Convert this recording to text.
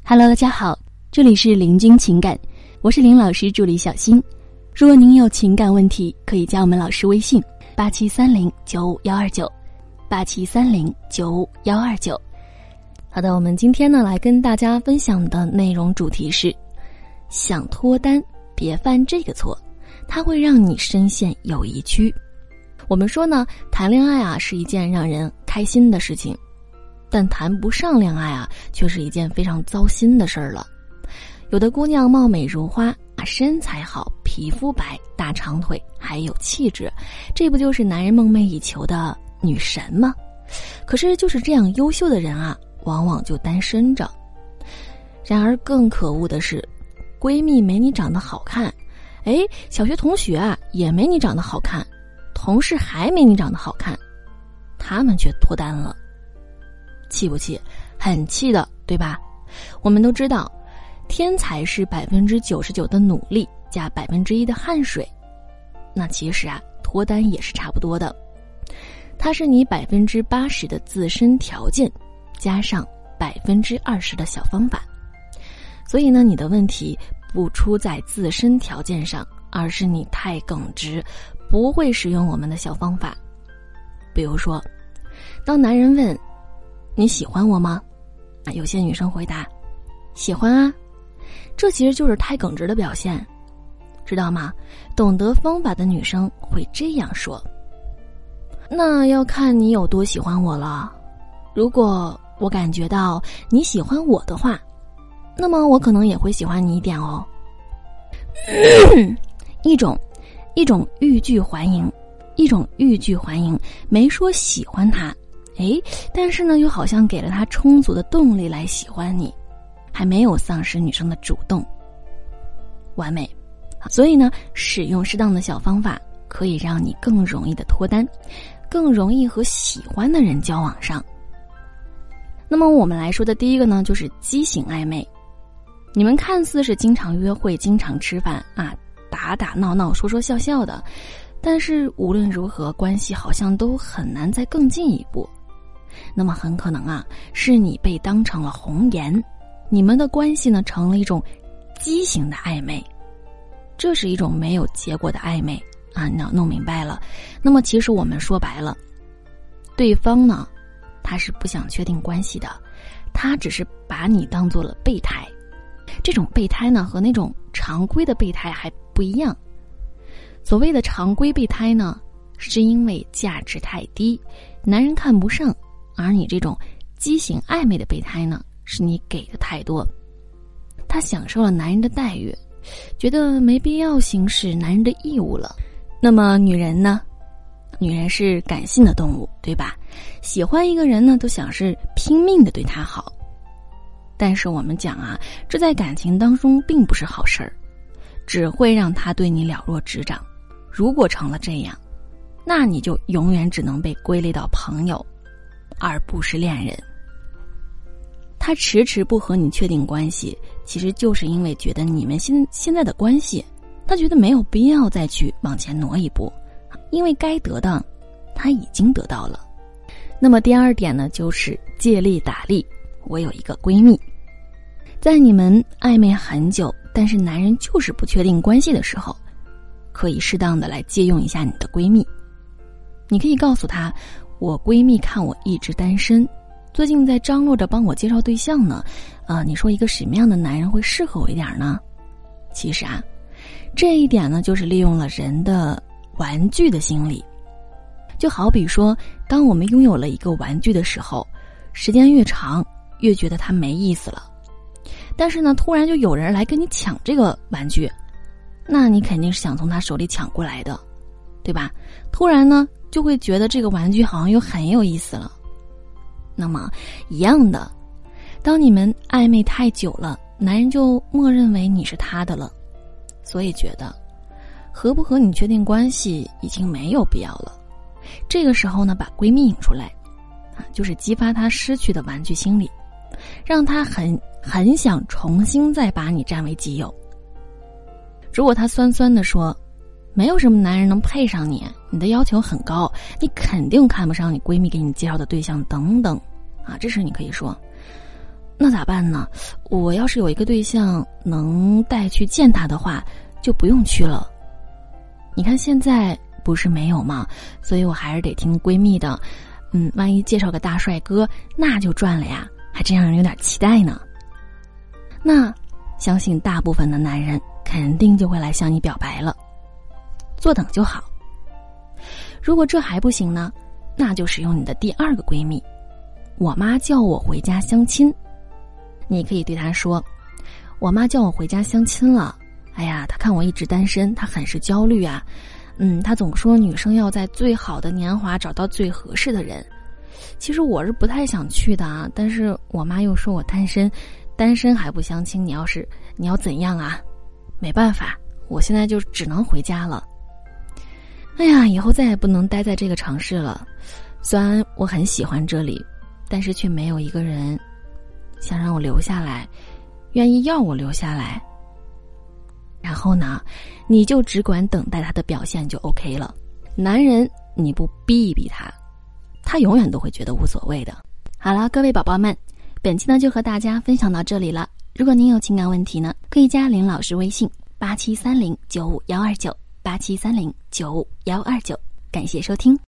Hello， 大家好，这里是林君情感，我是林老师助理小新。如果您有情感问题，可以加我们老师微信8730-95129，8730-95129。好的，我们今天呢来跟大家分享的内容主题是：想脱单，别犯这个错，它会让你深陷友谊区。我们说呢，谈恋爱啊是一件让人开心的事情，但谈不上恋爱啊，却是一件非常糟心的事儿了。有的姑娘貌美如花，身材好，皮肤白，大长腿，还有气质，这不就是男人梦寐以求的女神吗？可是就是这样优秀的人啊，往往就单身着。然而更可恶的是，闺蜜没你长得好看，小学同学啊也没你长得好看，同事还没你长得好看，他们却脱单了。气不气？很气的，对吧？我们都知道，天才是99%的努力加1%的汗水。那其实啊，脱单也是差不多的，它是你80%的自身条件加上20%的小方法。所以呢，你的问题不出在自身条件上，而是你太耿直，不会使用我们的小方法。比如说，当男人问你喜欢我吗？有些女生回答喜欢啊，这其实就是太耿直的表现，知道吗？懂得方法的女生会这样说。那要看你有多喜欢我了。如果我感觉到你喜欢我的话，那么我可能也会喜欢你一点哦。一种欲拒还迎，没说喜欢他，但是呢又好像给了他充足的动力来喜欢你，还没有丧失女生的主动，完美。所以呢，使用适当的小方法，可以让你更容易的脱单，更容易和喜欢的人交往上。那么我们来说的第一个呢，就是畸形暧昧。你们看似是经常约会，经常吃饭啊，打打闹闹，说说笑笑的，但是无论如何，关系好像都很难再更进一步。那么很可能啊，是你被当成了红颜，你们的关系呢成了一种畸形的暧昧，这是一种没有结果的暧昧啊。弄明白了。那么其实我们说白了，对方呢，他是不想确定关系的，他只是把你当做了备胎。这种备胎呢，和那种常规的备胎还不一样。所谓的常规备胎呢，是因为价值太低，男人看不上，而你这种畸形暧昧的备胎呢，是你给的太多，他享受了男人的待遇，觉得没必要行使男人的义务了。那么女人呢？女人是感性的动物，对吧？喜欢一个人呢，都想是拼命的对他好。但是我们讲啊，这在感情当中并不是好事儿，只会让他对你了若指掌。如果成了这样，那你就永远只能被归类到朋友，而不是恋人。他迟迟不和你确定关系，其实就是因为觉得你们现在的关系，他觉得没有必要再去往前挪一步，因为该得的他已经得到了。那么第二点呢，就是借力打力。我有一个闺蜜，在你们暧昧很久，但是男人就是不确定关系的时候，可以适当的来借用一下你的闺蜜。你可以告诉她，我闺蜜看我一直单身，最近在张罗着帮我介绍对象呢，你说一个什么样的男人会适合我一点呢？其实啊，这一点呢，就是利用了人的玩具的心理。就好比说，当我们拥有了一个玩具的时候，时间越长，越觉得它没意思了。但是呢，突然就有人来跟你抢这个玩具，那你肯定是想从他手里抢过来的，对吧？突然呢，就会觉得这个玩具好像又很有意思了。那么一样的，当你们暧昧太久了，男人就默认为你是他的了，所以觉得和不和你确定关系已经没有必要了。这个时候呢，把闺蜜引出来，就是激发他失去的玩具心理，让他很想重新再把你占为己有。如果他酸酸地说，没有什么男人能配上你，你的要求很高，你肯定看不上你闺蜜给你介绍的对象等等这时你可以说， 那咋办呢？我要是有一个对象能带去见他的话，就不用去了。你看现在不是没有吗？所以我还是得听闺蜜的。万一介绍个大帅哥，那就赚了呀，还真让人有点期待呢。那相信大部分的男人肯定就会来向你表白了，坐等就好。如果这还不行呢，那就使用你的第二个闺蜜。我妈叫我回家相亲，你可以对她说，我妈叫我回家相亲了，哎呀，她看我一直单身，她很是焦虑啊。她总说女生要在最好的年华找到最合适的人。其实我是不太想去的啊，但是我妈又说我单身还不相亲，你要怎样啊？没办法，我现在就只能回家了。哎呀，以后再也不能待在这个城市了。虽然我很喜欢这里，但是却没有一个人想让我留下来，愿意要我留下来。然后呢，你就只管等待他的表现就 OK 了。男人你不逼一逼他，他永远都会觉得无所谓的。好了，各位宝宝们，本期呢就和大家分享到这里了。如果您有情感问题呢，可以加林老师微信8730951129，8730951129。感谢收听。